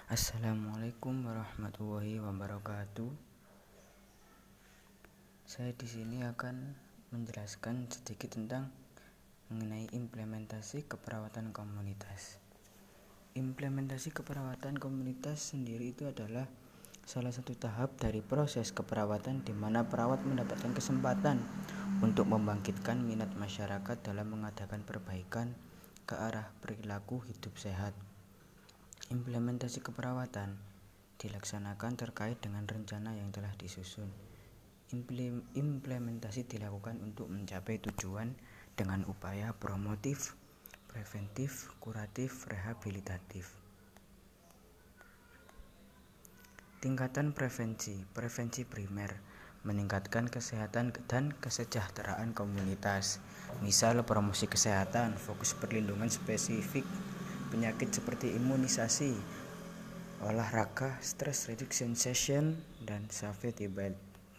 Assalamualaikum warahmatullahi wabarakatuh. Saya di sini akan menjelaskan sedikit tentang mengenai implementasi keperawatan komunitas. Implementasi keperawatan komunitas sendiri itu adalah salah satu tahap dari proses keperawatan di mana perawat mendapatkan kesempatan untuk membangkitkan minat masyarakat dalam mengadakan perbaikan ke arah perilaku hidup sehat. Implementasi keperawatan dilaksanakan terkait dengan rencana yang telah disusun. Implementasi dilakukan untuk mencapai tujuan dengan upaya promotif, preventif, kuratif, rehabilitatif. Tingkatan prevensi primer, meningkatkan kesehatan dan kesejahteraan komunitas. Misal promosi kesehatan, fokus perlindungan spesifik penyakit seperti imunisasi, olahraga, stress reduction session, dan safety belt.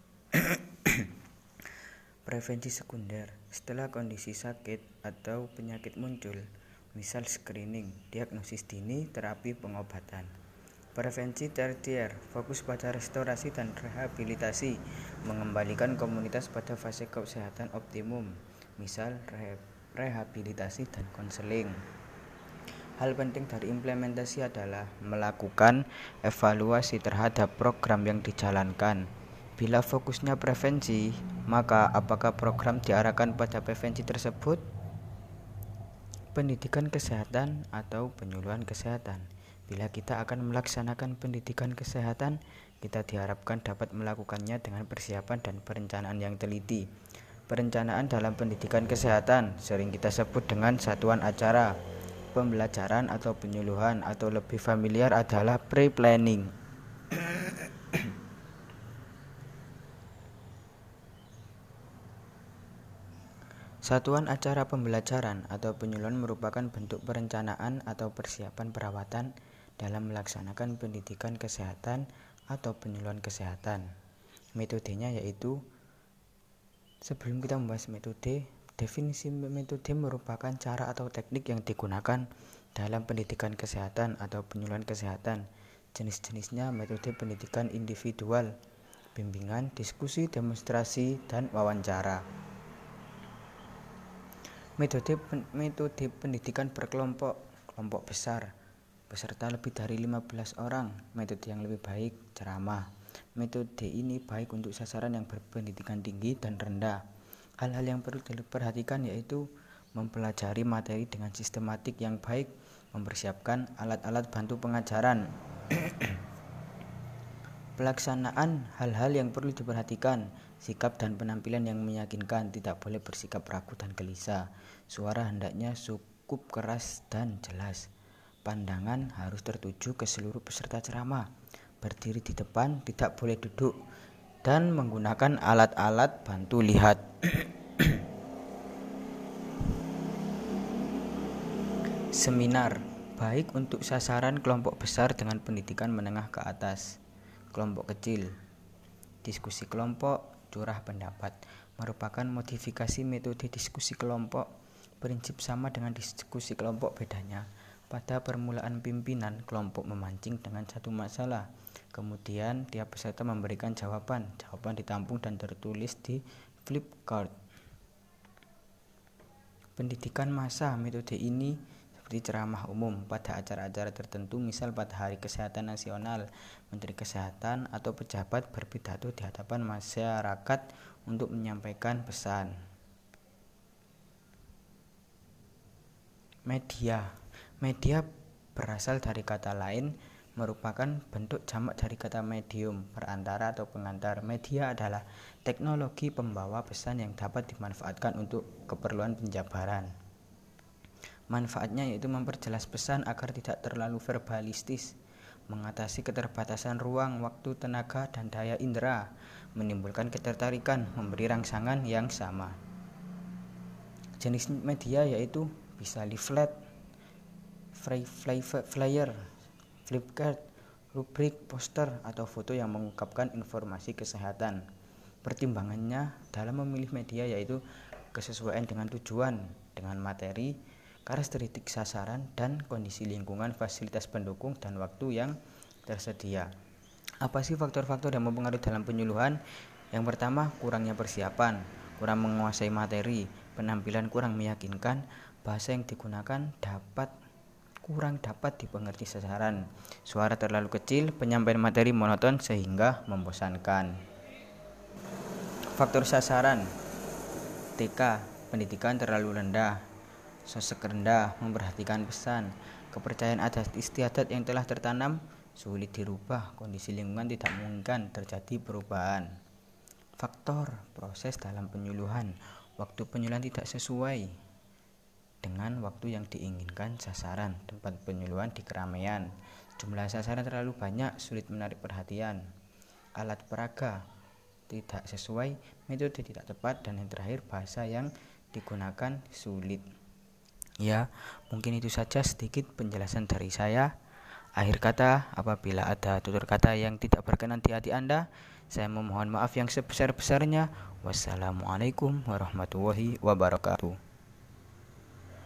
Prevensi sekunder, setelah kondisi sakit atau penyakit muncul, misal screening, diagnosis dini, terapi pengobatan. Prevensi tersier, fokus pada restorasi dan rehabilitasi, mengembalikan komunitas pada fase kesehatan optimum, misal rehabilitasi dan konseling. Hal penting dari implementasi adalah melakukan evaluasi terhadap program yang dijalankan. Bila fokusnya prevensi, maka apakah program diarahkan pada prevensi tersebut? Pendidikan kesehatan atau penyuluhan kesehatan. Bila kita akan melaksanakan pendidikan kesehatan, kita diharapkan dapat melakukannya dengan persiapan dan perencanaan yang teliti. Perencanaan dalam pendidikan kesehatan sering kita sebut dengan satuan acara, pembelajaran atau penyuluhan, atau lebih familiar adalah pre-planning. Satuan acara pembelajaran atau penyuluhan merupakan bentuk perencanaan atau persiapan perawatan dalam melaksanakan pendidikan kesehatan atau penyuluhan kesehatan. Metodenya yaitu, sebelum kita membahas metode, definisi metode merupakan cara atau teknik yang digunakan dalam pendidikan kesehatan atau penyuluhan kesehatan. Jenis-jenisnya metode pendidikan individual, bimbingan, diskusi, demonstrasi, dan wawancara. Metode pendidikan berkelompok, kelompok besar, peserta lebih dari 15 orang. Metode yang lebih baik, ceramah. Metode ini baik untuk sasaran yang berpendidikan tinggi dan rendah. Hal-hal yang perlu diperhatikan yaitu mempelajari materi dengan sistematik yang baik, mempersiapkan alat-alat bantu pengajaran. Pelaksanaan hal-hal yang perlu diperhatikan, sikap dan penampilan yang meyakinkan, tidak boleh bersikap ragu dan gelisah. Suara hendaknya cukup keras dan jelas. Pandangan harus tertuju ke seluruh peserta ceramah. Berdiri di depan, tidak boleh duduk, dan menggunakan alat-alat bantu lihat. Seminar baik untuk sasaran kelompok besar dengan pendidikan menengah ke atas. Kelompok kecil, diskusi kelompok, curah pendapat merupakan modifikasi metode diskusi kelompok. Prinsip sama dengan diskusi kelompok, bedanya pada permulaan pimpinan kelompok memancing dengan satu masalah, kemudian tiap peserta memberikan jawaban ditampung dan tertulis di flip card. Pendidikan massa, metode ini seperti ceramah umum pada acara-acara tertentu, misal pada Hari Kesehatan Nasional, Menteri Kesehatan atau pejabat berpidato di hadapan masyarakat untuk menyampaikan pesan. Media berasal dari kata lain, merupakan bentuk jamak dari kata medium, perantara atau pengantar. Media adalah teknologi pembawa pesan yang dapat dimanfaatkan untuk keperluan penjabaran. Manfaatnya yaitu memperjelas pesan agar tidak terlalu verbalistis, mengatasi keterbatasan ruang, waktu, tenaga, dan daya indera, menimbulkan ketertarikan, memberi rangsangan yang sama. Jenis media yaitu bisa leaflet, flyer, flipcard, rubrik, poster, atau foto yang mengungkapkan informasi kesehatan. Pertimbangannya dalam memilih media yaitu kesesuaian dengan tujuan, dengan materi, karakteristik sasaran, dan kondisi lingkungan, fasilitas pendukung, dan waktu yang tersedia. Apa sih faktor-faktor yang mempengaruhi dalam penyuluhan? Yang pertama, kurangnya persiapan, kurang menguasai materi, penampilan kurang meyakinkan, bahasa yang digunakan kurang dapat dipengerti sasaran, suara terlalu kecil, penyampaian materi monoton sehingga membosankan. Faktor sasaran, TK, pendidikan terlalu rendah, sosok rendah, memperhatikan pesan, kepercayaan adat istiadat yang telah tertanam sulit dirubah, kondisi lingkungan tidak memungkinkan terjadi perubahan. Faktor proses dalam penyuluhan, waktu penyuluhan tidak sesuai dengan waktu yang diinginkan sasaran, tempat penyuluhan di keramaian, jumlah sasaran terlalu banyak, sulit menarik perhatian, alat peraga tidak sesuai, metode tidak tepat, dan yang terakhir bahasa yang digunakan sulit. Ya, mungkin itu saja sedikit penjelasan dari saya. Akhir kata, apabila ada tutur kata yang tidak berkenan di hati Anda, saya memohon maaf yang sebesar-besarnya. Wassalamualaikum warahmatullahi wabarakatuh.